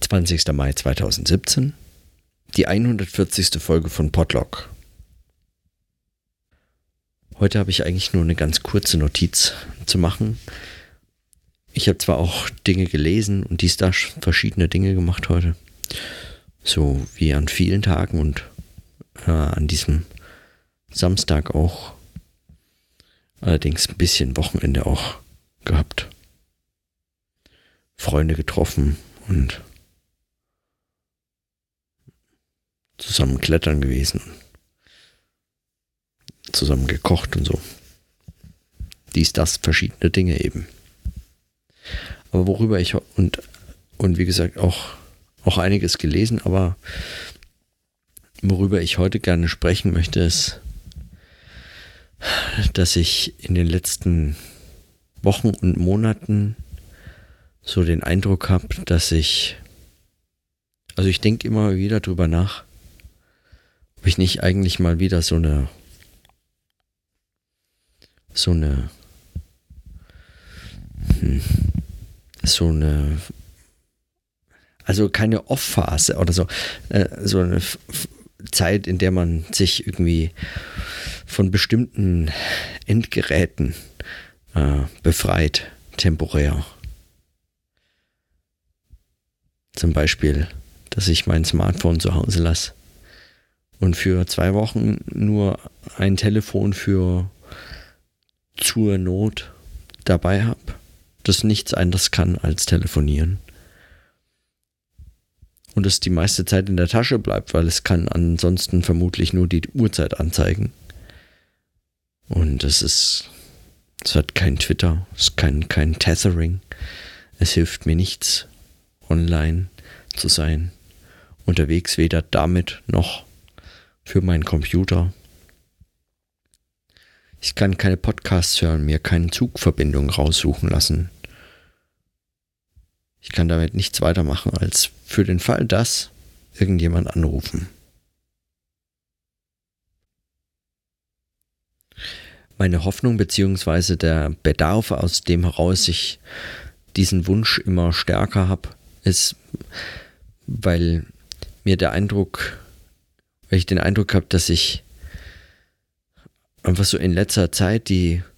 20. Mai 2017, die 140. Folge von Podlog. Heute habe ich eigentlich nur eine ganz kurze Notiz zu machen. Ich habe zwar auch Dinge gelesen und da verschiedene Dinge gemacht heute, so wie an vielen Tagen und an diesem Samstag auch, allerdings ein bisschen Wochenende auch gehabt. Freunde getroffen und zusammen klettern gewesen, zusammen gekocht und so. Verschiedene Dinge eben. Aber worüber ich und wie gesagt auch einiges gelesen, aber worüber ich heute gerne sprechen möchte, ist, dass ich in den letzten Wochen und Monaten so den Eindruck habe, dass ich denke immer wieder drüber nach, ob ich nicht eigentlich mal wieder also keine Off-Phase oder so eine Zeit, in der man sich irgendwie von bestimmten Endgeräten befreit, temporär. Zum Beispiel, dass ich mein Smartphone zu Hause lasse und für 2 Wochen nur ein Telefon zur Not dabei habe, das nichts anderes kann als telefonieren. Und es die meiste Zeit in der Tasche bleibt, weil es kann ansonsten vermutlich nur die Uhrzeit anzeigen. Und es hat kein Twitter, es kann kein Tethering. Es hilft mir nichts, online zu sein. Unterwegs weder damit noch für meinen Computer. Ich kann keine Podcasts hören, mir keine Zugverbindung raussuchen lassen. Ich kann damit nichts weitermachen, als für den Fall, dass irgendjemand anrufen. Meine Hoffnung bzw. der Bedarf, aus dem heraus ich diesen Wunsch immer stärker habe, ist, weil ich den Eindruck habe, dass ich einfach so in letzter Zeit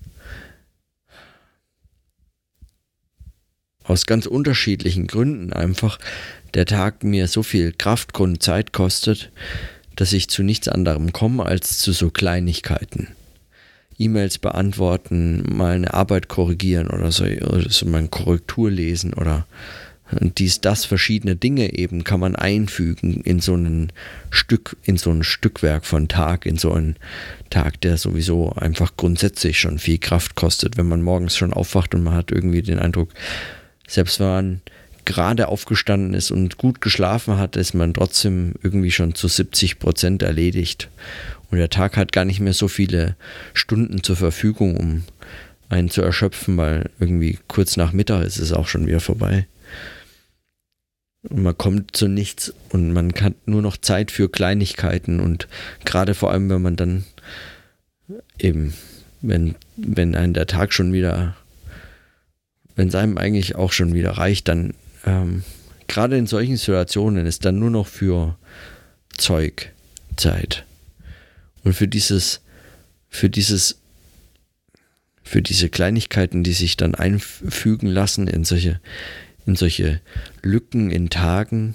aus ganz unterschiedlichen Gründen einfach der Tag mir so viel Kraft und Zeit kostet, dass ich zu nichts anderem komme als zu so Kleinigkeiten. E-Mails beantworten, mal eine Arbeit korrigieren oder so mal eine Korrektur lesen oder verschiedene Dinge eben kann man einfügen in so ein Stückwerk von Tag, in so einen Tag, der sowieso einfach grundsätzlich schon viel Kraft kostet, wenn man morgens schon aufwacht und man hat irgendwie den Eindruck, selbst wenn man gerade aufgestanden ist und gut geschlafen hat, ist man trotzdem irgendwie schon zu 70% erledigt. Und der Tag hat gar nicht mehr so viele Stunden zur Verfügung, um einen zu erschöpfen, weil irgendwie kurz nach Mittag ist es auch schon wieder vorbei. Und man kommt zu nichts und man hat nur noch Zeit für Kleinigkeiten und gerade vor allem, wenn man dann eben, wenn einem der Tag schon wieder, wenn es einem eigentlich auch schon wieder reicht, dann gerade in solchen Situationen ist dann nur noch für Zeug Zeit. Und für diese Kleinigkeiten, die sich dann einfügen lassen in solche Lücken in Tagen,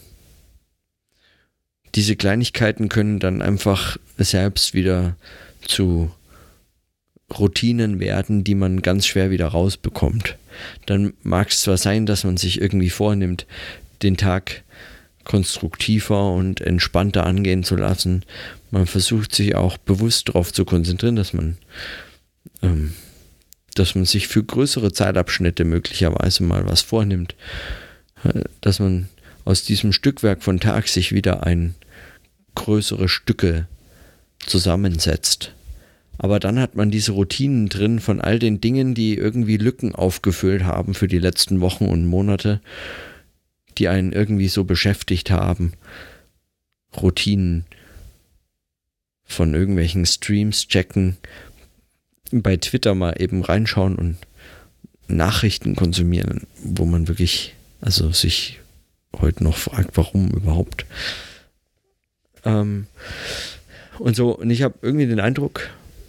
diese Kleinigkeiten können dann einfach selbst wieder zu Routinen werden, die man ganz schwer wieder rausbekommt. Dann mag es zwar sein, dass man sich irgendwie vornimmt, den Tag konstruktiver und entspannter angehen zu lassen. Man versucht sich auch bewusst darauf zu konzentrieren, dass man sich für größere Zeitabschnitte möglicherweise mal was vornimmt, dass man aus diesem Stückwerk von Tag sich wieder größere Stücke zusammensetzt. Aber dann hat man diese Routinen drin von all den Dingen, die irgendwie Lücken aufgefüllt haben für die letzten Wochen und Monate, die einen irgendwie so beschäftigt haben. Routinen von irgendwelchen Streams checken, bei Twitter mal eben reinschauen und Nachrichten konsumieren, wo man wirklich sich heute noch fragt, warum überhaupt. Und ich habe irgendwie den Eindruck,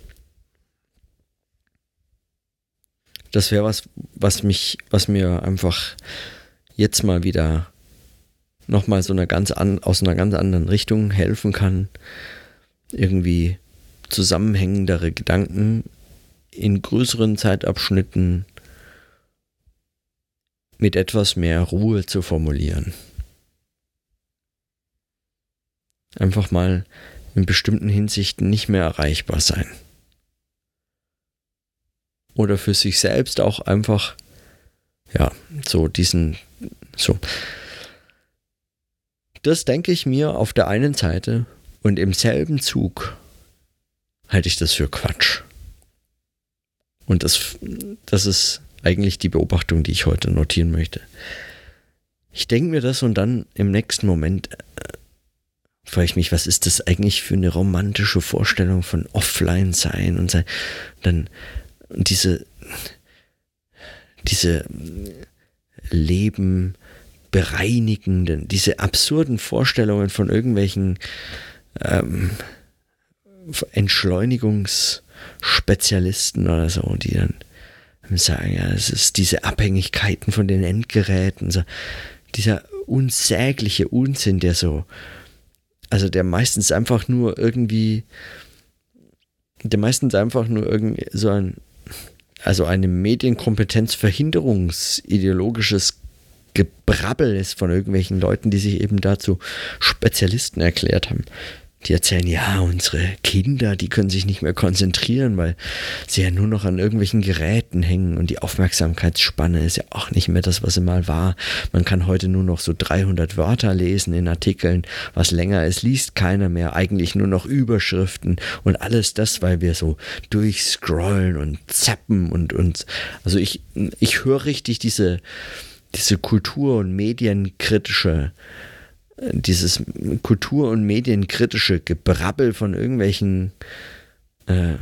das wäre was mir einfach jetzt mal wieder nochmal aus einer ganz anderen Richtung helfen kann, irgendwie zusammenhängendere Gedanken in größeren Zeitabschnitten mit etwas mehr Ruhe zu formulieren. Einfach mal in bestimmten Hinsichten nicht mehr erreichbar sein. Oder für sich selbst auch einfach, Das denke ich mir auf der einen Seite und im selben Zug halte ich das für Quatsch. Und das ist eigentlich die Beobachtung, die ich heute notieren möchte. Ich denke mir das und dann im nächsten Moment frage ich mich, was ist das eigentlich für eine romantische Vorstellung von Offline-Sein und dann diese Leben bereinigenden, diese absurden Vorstellungen von irgendwelchen Entschleunigungsspezialisten oder so, die dann sagen, ja, es ist diese Abhängigkeiten von den Endgeräten, so dieser unsägliche Unsinn, der meistens einfach nur irgendwie so eine Medienkompetenzverhinderungsideologisches Gebrabbel ist von irgendwelchen Leuten, die sich eben dazu Spezialisten erklärt haben. Die erzählen, ja, unsere Kinder, die können sich nicht mehr konzentrieren, weil sie ja nur noch an irgendwelchen Geräten hängen und die Aufmerksamkeitsspanne ist ja auch nicht mehr das, was sie mal war. Man kann heute nur noch so 300 Wörter lesen in Artikeln, was länger ist, liest keiner mehr, eigentlich nur noch Überschriften und alles das, weil wir so durchscrollen und zappen und also ich höre richtig diese Kultur- und medienkritische Gebrabbel von irgendwelchen, ich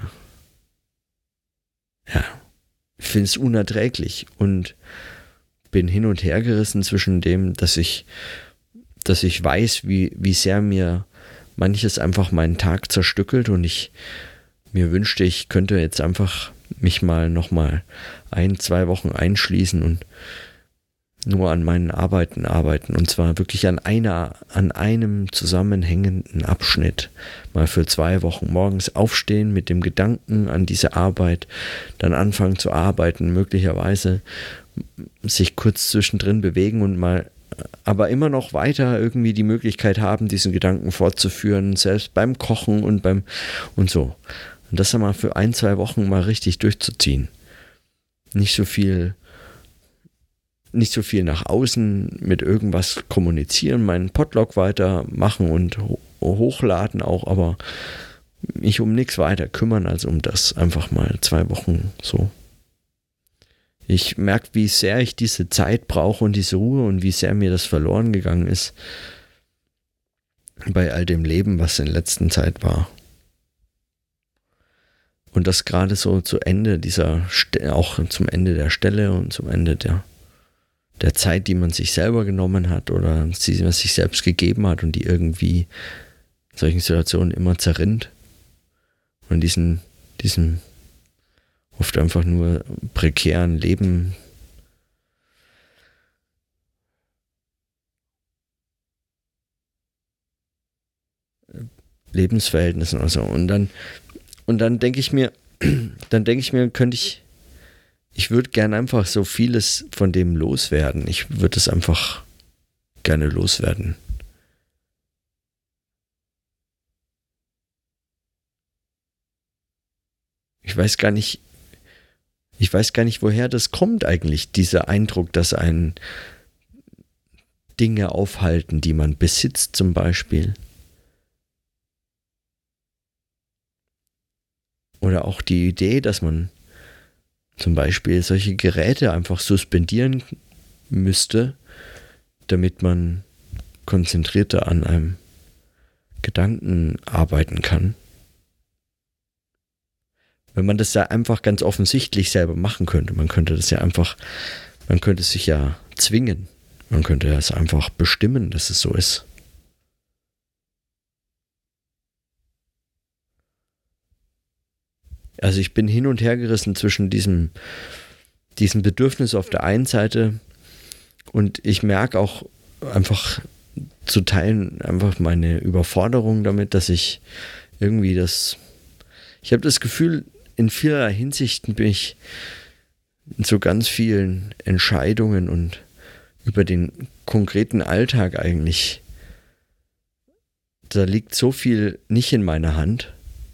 finde es unerträglich und bin hin und her gerissen zwischen dem, dass ich weiß, wie sehr mir manches einfach meinen Tag zerstückelt und ich mir wünschte, ich könnte jetzt einfach mich mal nochmal 1-2 Wochen einschließen und nur an meinen Arbeiten arbeiten und zwar wirklich an einem zusammenhängenden Abschnitt mal für 2 Wochen morgens aufstehen mit dem Gedanken an diese Arbeit, dann anfangen zu arbeiten, möglicherweise sich kurz zwischendrin bewegen und mal aber immer noch weiter irgendwie die Möglichkeit haben, diesen Gedanken fortzuführen, selbst beim Kochen und so. Und das dann mal für 1-2 Wochen mal richtig durchzuziehen. Nicht so viel nach außen mit irgendwas kommunizieren, meinen Podlog weitermachen und hochladen auch, aber mich um nichts weiter kümmern als um das. Einfach mal 2 Wochen so. Ich merke, wie sehr ich diese Zeit brauche und diese Ruhe und wie sehr mir das verloren gegangen ist bei all dem Leben, was in letzter Zeit war. Und das gerade so zu Ende auch zum Ende der Stelle und zum Ende der Zeit, die man sich selber genommen hat oder die man sich selbst gegeben hat und die irgendwie in solchen Situationen immer zerrinnt und diesen oft einfach nur prekären Lebensverhältnissen oder so. Und dann denke ich mir, ich würde gerne einfach so vieles von dem loswerden. Ich würde es einfach gerne loswerden. Ich weiß gar nicht, woher das kommt eigentlich, dieser Eindruck, dass einen Dinge aufhalten, die man besitzt zum Beispiel. Oder auch die Idee, dass man zum Beispiel solche Geräte einfach suspendieren müsste, damit man konzentrierter an einem Gedanken arbeiten kann. Wenn man das ja einfach ganz offensichtlich selber machen könnte. Man könnte sich ja zwingen. Man könnte es einfach bestimmen, dass es so ist. Also ich bin hin und her gerissen zwischen diesem Bedürfnis auf der einen Seite und ich merke auch einfach zu teilen einfach meine Überforderung damit, dass ich irgendwie ich habe das Gefühl, in vielerlei Hinsichten bin ich in so ganz vielen Entscheidungen und über den konkreten Alltag eigentlich, da liegt so viel nicht in meiner Hand.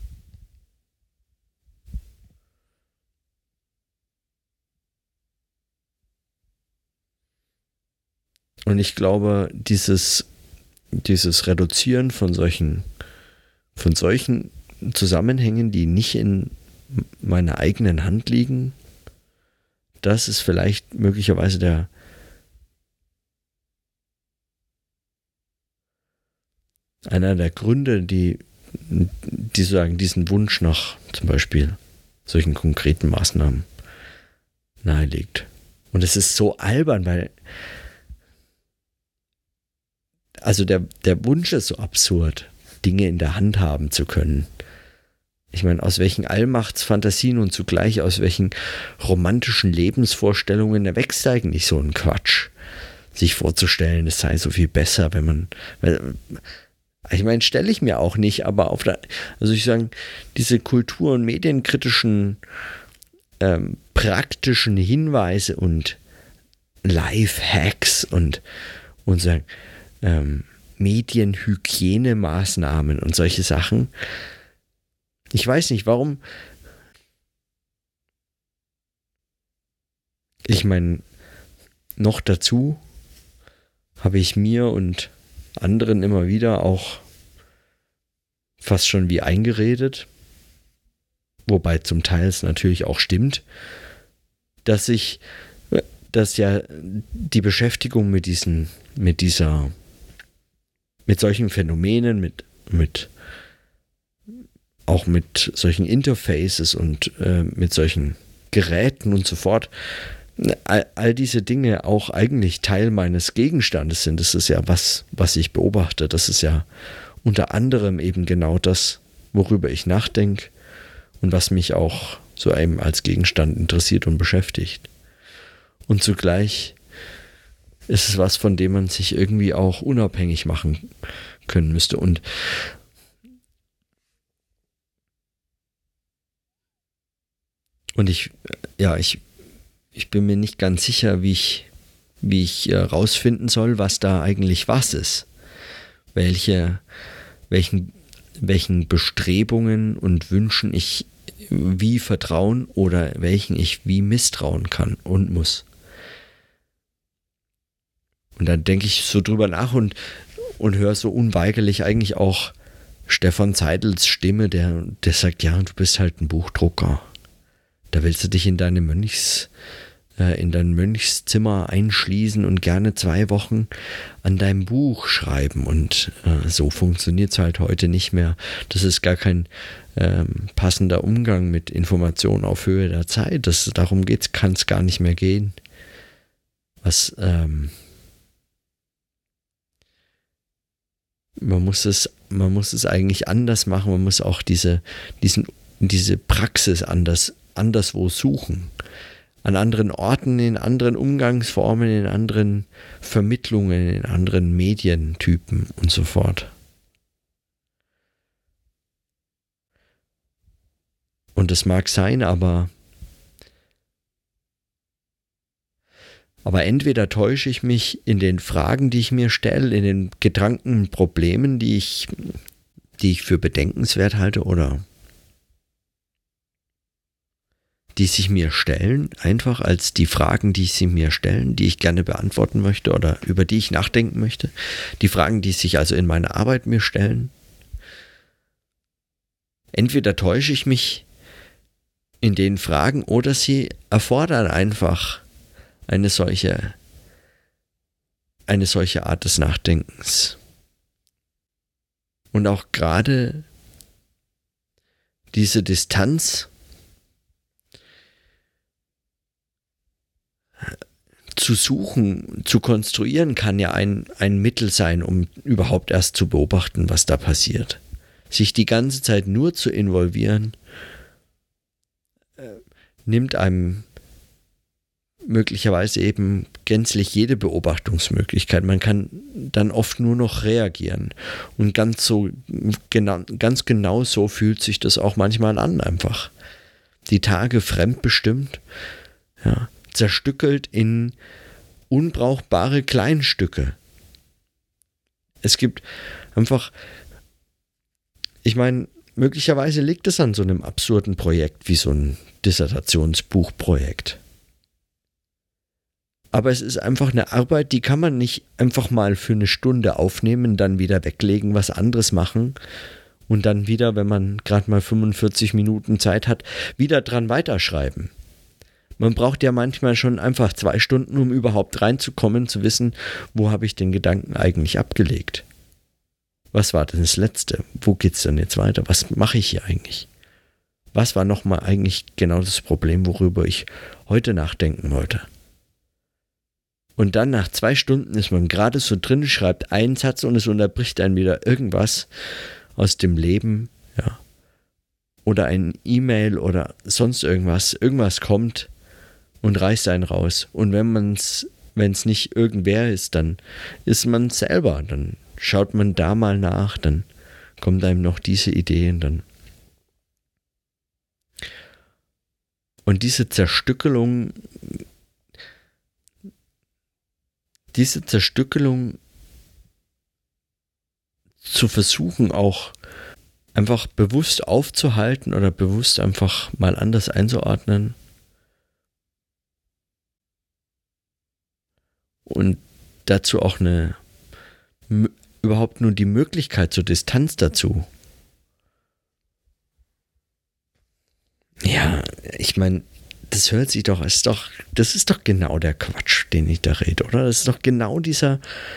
Und ich glaube, dieses Reduzieren von solchen Zusammenhängen, die nicht in meiner eigenen Hand liegen, das ist vielleicht möglicherweise einer der Gründe, die sagen, diesen Wunsch nach zum Beispiel solchen konkreten Maßnahmen nahelegt. Und es ist so albern, weil also der Wunsch ist so absurd, Dinge in der Hand haben zu können. Ich meine, aus welchen Allmachtsfantasien und zugleich aus welchen romantischen Lebensvorstellungen erwächst eigentlich so ein Quatsch? Sich vorzustellen, es sei so viel besser, wenn man... Ich meine, stelle ich mir auch nicht, aber also ich sage, diese kultur- und medienkritischen praktischen Hinweise und Life-Hacks und sagen, Medienhygienemaßnahmen und solche Sachen. Ich weiß nicht, warum. Ich meine, noch dazu habe ich mir und anderen immer wieder auch fast schon wie eingeredet, wobei zum Teil es natürlich auch stimmt, dass ja die Beschäftigung mit solchen Phänomenen, auch mit solchen Interfaces und mit solchen Geräten und so fort, all diese Dinge auch eigentlich Teil meines Gegenstandes sind. Das ist ja was ich beobachte. Das ist ja unter anderem eben genau das, worüber ich nachdenke und was mich auch so eben als Gegenstand interessiert und beschäftigt. Und zugleich ist es was, von dem man sich irgendwie auch unabhängig machen können müsste. Und ich bin mir nicht ganz sicher, wie ich rausfinden soll, was da eigentlich was ist. Welchen Bestrebungen und Wünschen ich wie vertrauen oder welchen ich wie misstrauen kann und muss. Und dann denke ich so drüber nach und höre so unweigerlich eigentlich auch Stefan Seidels Stimme, der sagt, ja, du bist halt ein Buchdrucker. Da willst du dich in dein Mönchszimmer einschließen und gerne 2 Wochen an deinem Buch schreiben. Und so funktioniert es halt heute nicht mehr. Das ist gar kein passender Umgang mit Informationen auf Höhe der Zeit. Darum kann es gar nicht mehr gehen. Man muss es eigentlich anders machen. Man muss auch diese Praxis anderswo suchen. An anderen Orten, in anderen Umgangsformen, in anderen Vermittlungen, in anderen Medientypen und so fort. Und das mag sein, aber entweder täusche ich mich in den Fragen, die ich mir stelle, in den Gedankenproblemen, die ich für bedenkenswert halte oder die sich mir stellen, einfach als die Fragen, die sie mir stellen, die ich gerne beantworten möchte oder über die ich nachdenken möchte. Die Fragen, die sich also in meiner Arbeit mir stellen. Entweder täusche ich mich in den Fragen oder sie erfordern einfach eine solche Art des Nachdenkens. Und auch gerade diese Distanz zu suchen, zu konstruieren, kann ja ein Mittel sein, um überhaupt erst zu beobachten, was da passiert. Sich die ganze Zeit nur zu involvieren, nimmt einem möglicherweise eben gänzlich jede Beobachtungsmöglichkeit. Man kann dann oft nur noch reagieren. Und ganz genau so fühlt sich das auch manchmal an einfach. Die Tage fremdbestimmt, ja, zerstückelt in unbrauchbare Kleinstücke. Es gibt einfach, ich meine, möglicherweise liegt es an so einem absurden Projekt wie so ein Dissertationsbuchprojekt. Aber es ist einfach eine Arbeit, die kann man nicht einfach mal für eine Stunde aufnehmen, dann wieder weglegen, was anderes machen und dann wieder, wenn man gerade mal 45 Minuten Zeit hat, wieder dran weiterschreiben. Man braucht ja manchmal schon einfach 2 Stunden, um überhaupt reinzukommen, zu wissen, wo habe ich den Gedanken eigentlich abgelegt? Was war denn das Letzte? Wo geht's denn jetzt weiter? Was mache ich hier eigentlich? Was war nochmal eigentlich genau das Problem, worüber ich heute nachdenken wollte? Und dann nach 2 Stunden ist man gerade so drin, schreibt einen Satz und es unterbricht einen wieder irgendwas aus dem Leben, ja. Oder ein E-Mail oder sonst irgendwas. Irgendwas kommt und reißt einen raus. Und wenn es nicht irgendwer ist, dann ist man selber. Dann schaut man da mal nach, dann kommt einem noch diese Idee und diese Zerstückelung zu versuchen, auch einfach bewusst aufzuhalten oder bewusst einfach mal anders einzuordnen und dazu auch überhaupt nur die Möglichkeit zur Distanz dazu. Ja, ich meine, das hört sich doch, das ist doch genau der Quatsch, den ich da rede, oder? Das ist doch genau dieser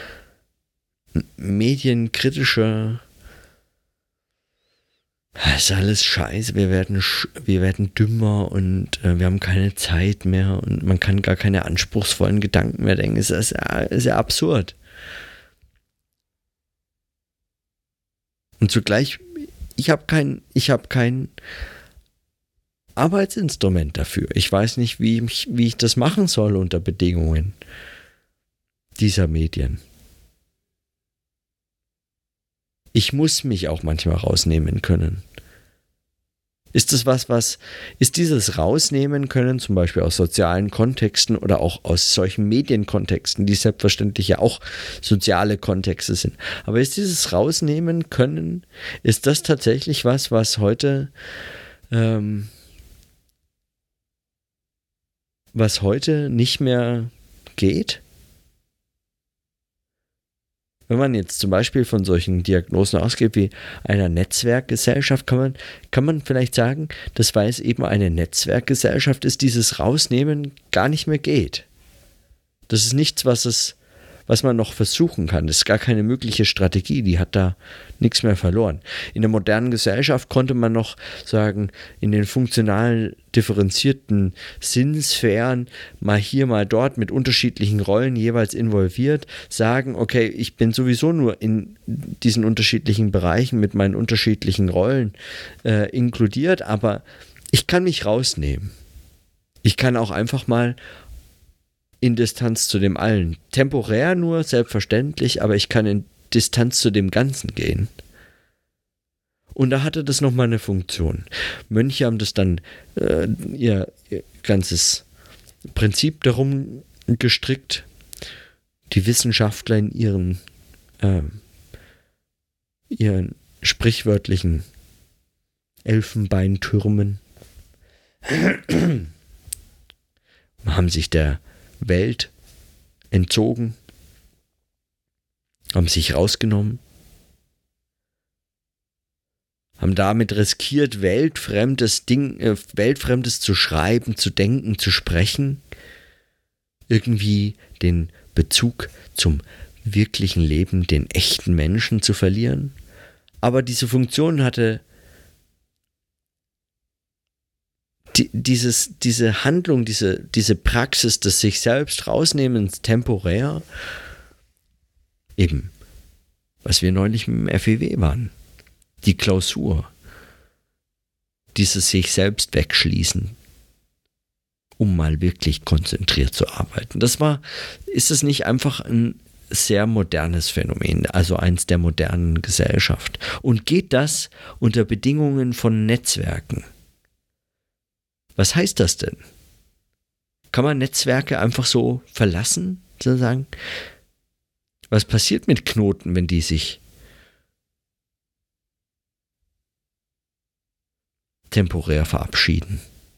medienkritische, das ist alles scheiße, wir werden dümmer und wir haben keine Zeit mehr und man kann gar keine anspruchsvollen Gedanken mehr denken. Es ist ja absurd. Und zugleich, ich habe kein Arbeitsinstrument dafür. Ich weiß nicht, wie ich das machen soll unter Bedingungen dieser Medien. Ich muss mich auch manchmal rausnehmen können. Ist dieses Rausnehmen können, zum Beispiel aus sozialen Kontexten oder auch aus solchen Medienkontexten, die selbstverständlich ja auch soziale Kontexte sind, aber ist dieses Rausnehmen können, ist das tatsächlich was heute nicht mehr geht? Wenn man jetzt zum Beispiel von solchen Diagnosen ausgeht wie einer Netzwerkgesellschaft, kann man vielleicht sagen, dass weil es eben eine Netzwerkgesellschaft ist, dieses Rausnehmen gar nicht mehr geht. Das ist nichts, was man noch versuchen kann. Das ist gar keine mögliche Strategie, die hat da nichts mehr verloren. In der modernen Gesellschaft konnte man noch sagen, in den funktional differenzierten Sinnsphären, mal hier, mal dort, mit unterschiedlichen Rollen jeweils involviert, sagen, okay, ich bin sowieso nur in diesen unterschiedlichen Bereichen mit meinen unterschiedlichen Rollen inkludiert, aber ich kann mich rausnehmen. Ich kann auch einfach mal in Distanz zu dem Allen. Temporär nur, selbstverständlich, aber ich kann in Distanz zu dem Ganzen gehen. Und da hatte das nochmal eine Funktion. Mönche haben das dann ihr ganzes Prinzip darum gestrickt. Die Wissenschaftler in ihren sprichwörtlichen Elfenbeintürmen haben sich der Welt entzogen, haben sich rausgenommen, haben damit riskiert, weltfremdes zu schreiben, zu denken, zu sprechen, irgendwie den Bezug zum wirklichen Leben, den echten Menschen zu verlieren. Aber diese Funktion hatte diese Handlung, diese Praxis des sich selbst rausnehmens temporär, eben, was wir neulich mit dem FEW waren, die Klausur, dieses sich selbst wegschließen, um mal wirklich konzentriert zu arbeiten. Ist es nicht einfach ein sehr modernes Phänomen, also eins der modernen Gesellschaft? Und geht das unter Bedingungen von Netzwerken? Was heißt das denn? Kann man Netzwerke einfach so verlassen, sozusagen? Was passiert mit Knoten, wenn die sich temporär verabschieden?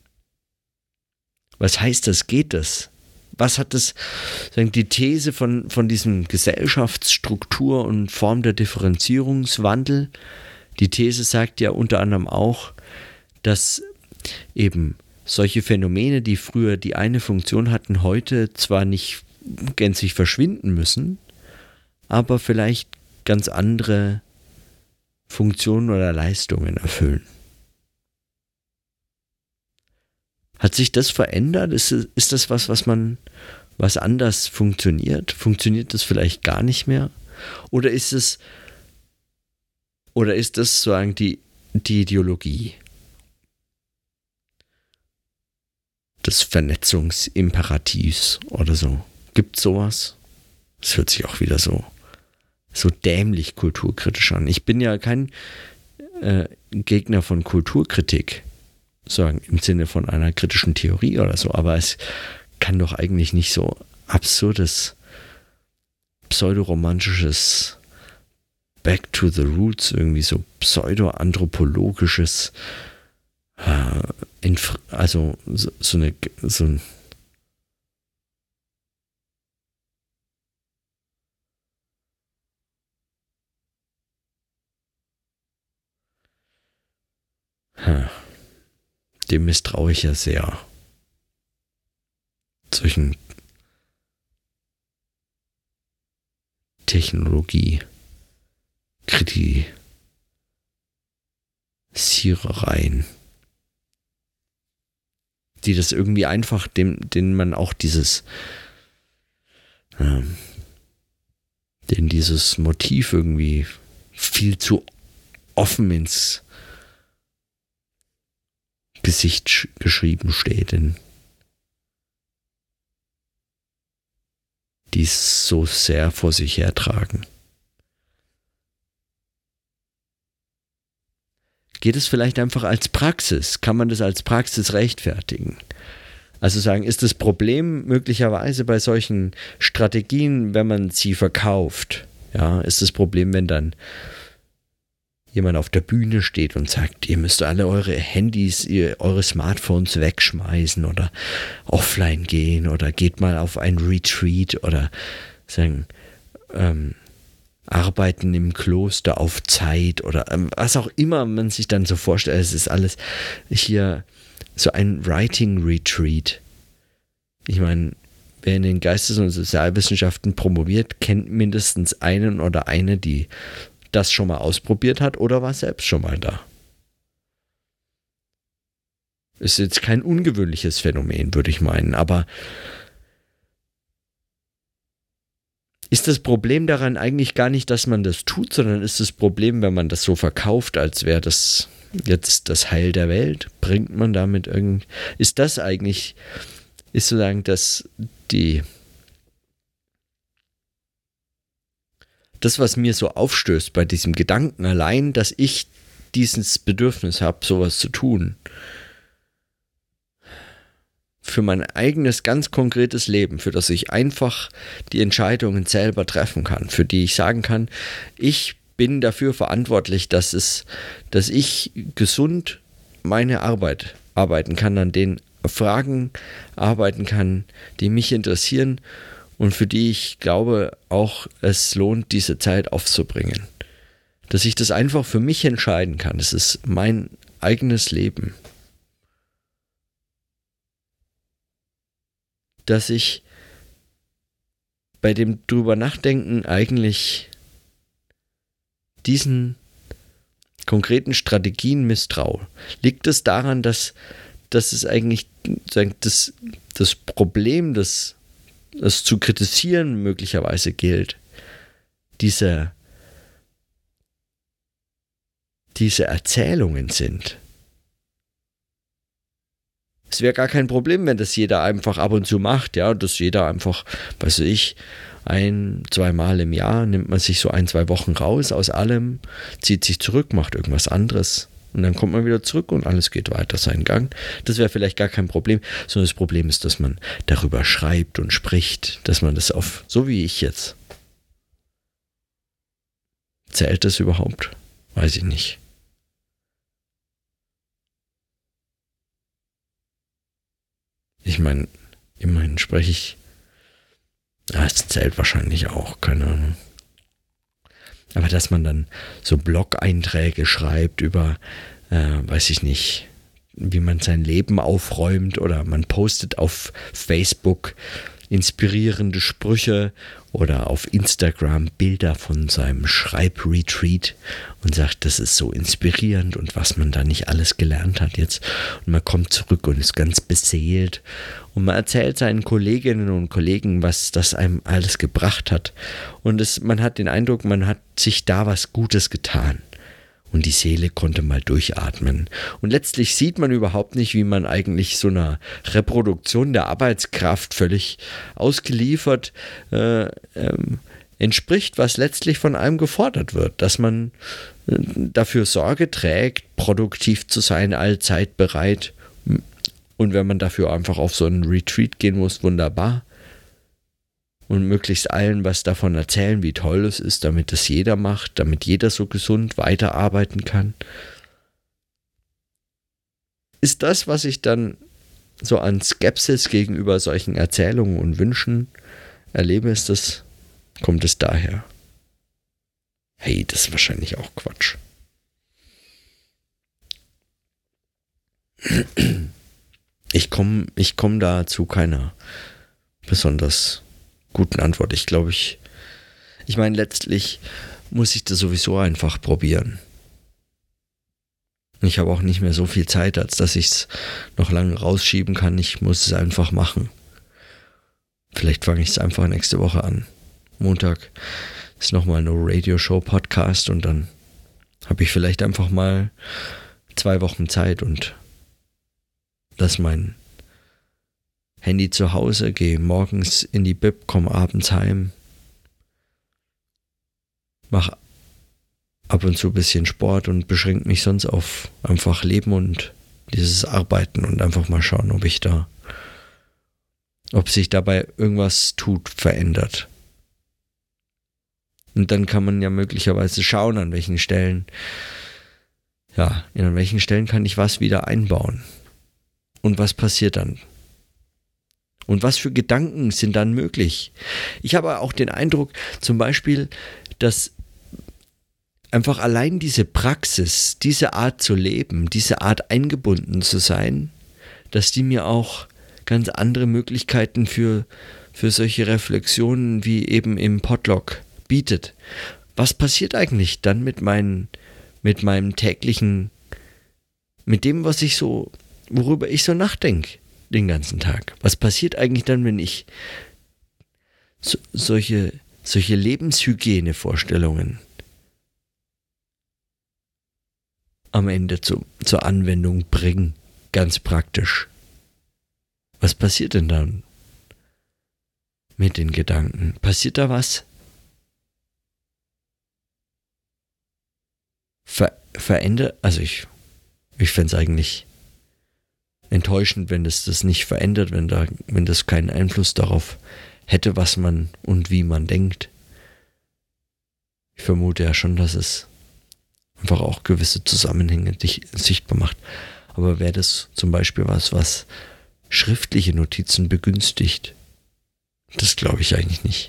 Was heißt das? Geht das? Was hat das, die These von diesem Gesellschaftsstruktur und Form der Differenzierungswandel? Die These sagt ja unter anderem auch, dass eben solche Phänomene, die früher die eine Funktion hatten, heute zwar nicht gänzlich verschwinden müssen, aber vielleicht ganz andere Funktionen oder Leistungen erfüllen. Hat sich das verändert? Ist das was anders funktioniert? Funktioniert das vielleicht gar nicht mehr? Oder ist das sozusagen die Ideologie des Vernetzungsimperativs oder so? Gibt es sowas? Das hört sich auch wieder so dämlich kulturkritisch an. Ich bin ja kein Gegner von Kulturkritik, sagen im Sinne von einer kritischen Theorie oder so, aber es kann doch eigentlich nicht so absurdes, pseudoromantisches Back to the Roots, irgendwie so pseudoanthropologisches, also so ein dem misstraue ich ja sehr. Solchen Technologie-Kritisierereien, die das irgendwie einfach, denen man auch dieses Motiv irgendwie viel zu offen ins Gesicht geschrieben steht, denn die es so sehr vor sich hertragen. Geht es vielleicht einfach als Praxis? Kann man das als Praxis rechtfertigen? Also sagen, ist das Problem möglicherweise bei solchen Strategien, wenn man sie verkauft? Ja, ist das Problem, wenn dann jemand auf der Bühne steht und sagt, ihr müsst alle eure Handys, eure Smartphones wegschmeißen oder offline gehen oder geht mal auf ein Retreat oder sagen, arbeiten im Kloster auf Zeit oder was auch immer man sich dann so vorstellt. Es ist alles hier so ein Writing Retreat. Ich meine, wer in den Geistes- und Sozialwissenschaften promoviert, kennt mindestens einen oder eine, die das schon mal ausprobiert hat oder war selbst schon mal da. Ist jetzt kein ungewöhnliches Phänomen, würde ich meinen, aber ist das Problem daran eigentlich gar nicht, dass man das tut, sondern ist das Problem, wenn man das so verkauft, als wäre das jetzt das Heil der Welt? Bringt man damit ist das eigentlich, ist sozusagen das was mir so aufstößt bei diesem Gedanken allein, dass ich dieses Bedürfnis habe, sowas zu tun, für mein eigenes ganz konkretes Leben, für das ich einfach die Entscheidungen selber treffen kann, für die ich sagen kann, ich bin dafür verantwortlich, dass ich gesund meine Arbeit arbeiten kann, an den Fragen arbeiten kann, die mich interessieren und für die ich glaube, auch es lohnt, diese Zeit aufzubringen. Dass ich das einfach für mich entscheiden kann. Das ist mein eigenes Leben. Dass ich bei dem drüber nachdenken eigentlich diesen konkreten Strategien misstraue. Liegt es daran, dass das ist eigentlich das Problem, das zu kritisieren möglicherweise gilt. Diese Erzählungen sind. Es wäre gar kein Problem, wenn das jeder einfach ab und zu macht, ja, dass jeder einfach, weiß ich, 1-2 Mal im Jahr nimmt man sich so 1-2 Wochen raus aus allem, zieht sich zurück, macht irgendwas anderes und dann kommt man wieder zurück und alles geht weiter seinen Gang. Das wäre vielleicht gar kein Problem, sondern das Problem ist, dass man darüber schreibt und spricht, dass man das so wie ich jetzt. Zählt das überhaupt? Weiß ich nicht. Ich meine, immerhin spreche ich. Es zählt wahrscheinlich auch, keine Ahnung. Aber dass man dann so Blog-Einträge schreibt über, weiß ich nicht, wie man sein Leben aufräumt oder man postet auf Facebook inspirierende Sprüche oder auf Instagram Bilder von seinem Schreibretreat und sagt, das ist so inspirierend und was man da nicht alles gelernt hat jetzt. Und man kommt zurück und ist ganz beseelt und man erzählt seinen Kolleginnen und Kollegen, was das einem alles gebracht hat. Und man hat den Eindruck, man hat sich da was Gutes getan. Und die Seele konnte mal durchatmen. Und letztlich sieht man überhaupt nicht, wie man eigentlich so einer Reproduktion der Arbeitskraft völlig ausgeliefert entspricht, was letztlich von einem gefordert wird. Dass man dafür Sorge trägt, produktiv zu sein, allzeit bereit. Und wenn man dafür einfach auf so einen Retreat gehen muss, wunderbar. Und möglichst allen was davon erzählen, wie toll es ist, damit es jeder macht, damit jeder so gesund weiterarbeiten kann. Ist das, was ich dann so an Skepsis gegenüber solchen Erzählungen und Wünschen erlebe, kommt es daher? Hey, das ist wahrscheinlich auch Quatsch. Ich komm da zu keiner besonders guten Antwort. Ich glaube, ich meine, letztlich muss ich das sowieso einfach probieren. Ich habe auch nicht mehr so viel Zeit, als dass ich es noch lange rausschieben kann. Ich muss es einfach machen. Vielleicht fange ich es einfach nächste Woche an. Montag ist nochmal eine Radio-Show-Podcast und dann habe ich vielleicht einfach mal 2 Wochen Zeit und lass mein Handy zu Hause, gehe morgens in die Bib, komme abends heim, mache ab und zu ein bisschen Sport und beschränke mich sonst auf einfach Leben und dieses Arbeiten und einfach mal schauen, ob sich dabei irgendwas verändert. Und dann kann man ja möglicherweise schauen, an welchen Stellen kann ich was wieder einbauen. Und was passiert dann? Und was für Gedanken sind dann möglich? Ich habe auch den Eindruck, zum Beispiel, dass einfach allein diese Praxis, diese Art zu leben, diese Art eingebunden zu sein, dass die mir auch ganz andere Möglichkeiten für solche Reflexionen wie eben im Podlog bietet. Was passiert eigentlich dann mit meinem täglichen, mit dem, worüber ich so nachdenke? Den ganzen Tag. Was passiert eigentlich dann, wenn ich solche Lebenshygienevorstellungen am Ende zur Anwendung bringe, ganz praktisch? Was passiert denn dann mit den Gedanken? Passiert da was? Verändert? Also ich fände es eigentlich enttäuschend, wenn das nicht verändert, wenn das keinen Einfluss darauf hätte, was man und wie man denkt. Ich vermute ja schon, dass es einfach auch gewisse Zusammenhänge sichtbar macht. Aber wäre das zum Beispiel was schriftliche Notizen begünstigt? Das glaube ich eigentlich nicht.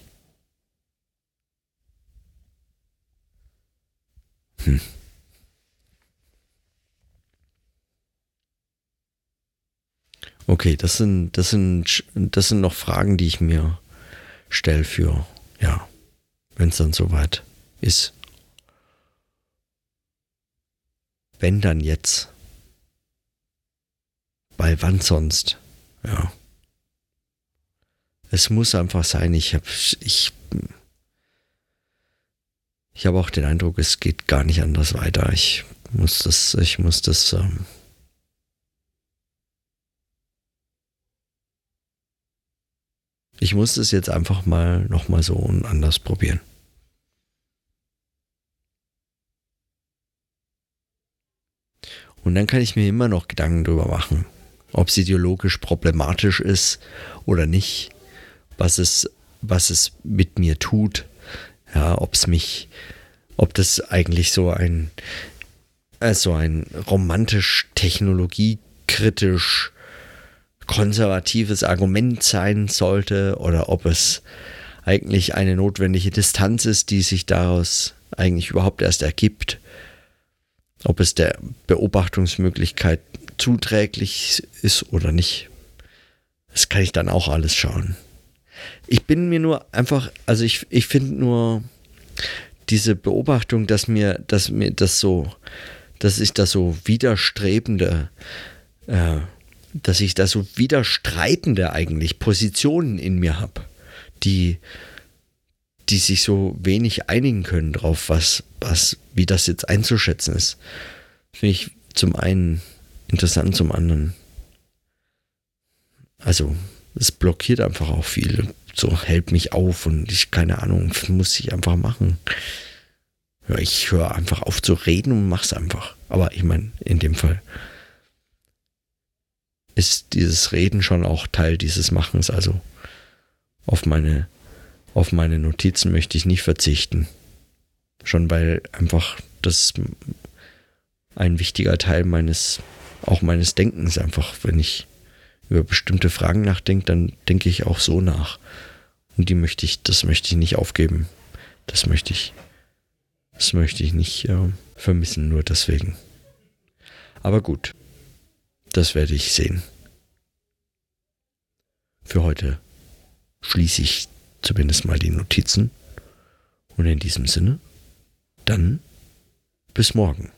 Okay, das sind noch Fragen, die ich mir stelle wenn es dann soweit ist. Wenn dann jetzt. Weil wann sonst? Ja. Es muss einfach sein. Ich habe auch den Eindruck, es geht gar nicht anders weiter. Ich muss das jetzt einfach nochmal so und anders probieren. Und dann kann ich mir immer noch Gedanken drüber machen, ob es ideologisch problematisch ist oder nicht, was es mit mir tut, ja, ob das eigentlich so ein romantisch, technologiekritisch, konservatives Argument sein sollte oder ob es eigentlich eine notwendige Distanz ist, die sich daraus eigentlich überhaupt erst ergibt. Ob es der Beobachtungsmöglichkeit zuträglich ist oder nicht. Das kann ich dann auch alles schauen. Ich bin mir nur einfach, also ich finde nur diese Beobachtung, dass ich da so widerstreitende eigentlich Positionen in mir habe, die sich so wenig einigen können drauf, wie das jetzt einzuschätzen ist. Finde ich zum einen interessant, zum anderen. Also, es blockiert einfach auch viel. So hält mich auf und keine Ahnung, muss ich einfach machen. Ja, ich höre einfach auf zu reden und mach's einfach. Aber ich meine, in dem Fall ist dieses Reden schon auch Teil dieses Machens. Also auf meine Notizen möchte ich nicht verzichten. Schon weil einfach das ein wichtiger Teil meines Denkens einfach, wenn ich über bestimmte Fragen nachdenke, dann denke ich auch so nach. Und das möchte ich nicht aufgeben. Das möchte ich nicht vermissen, nur deswegen. Aber gut, das werde ich sehen. Für heute schließe ich zumindest mal die Notizen. Und in diesem Sinne, dann bis morgen.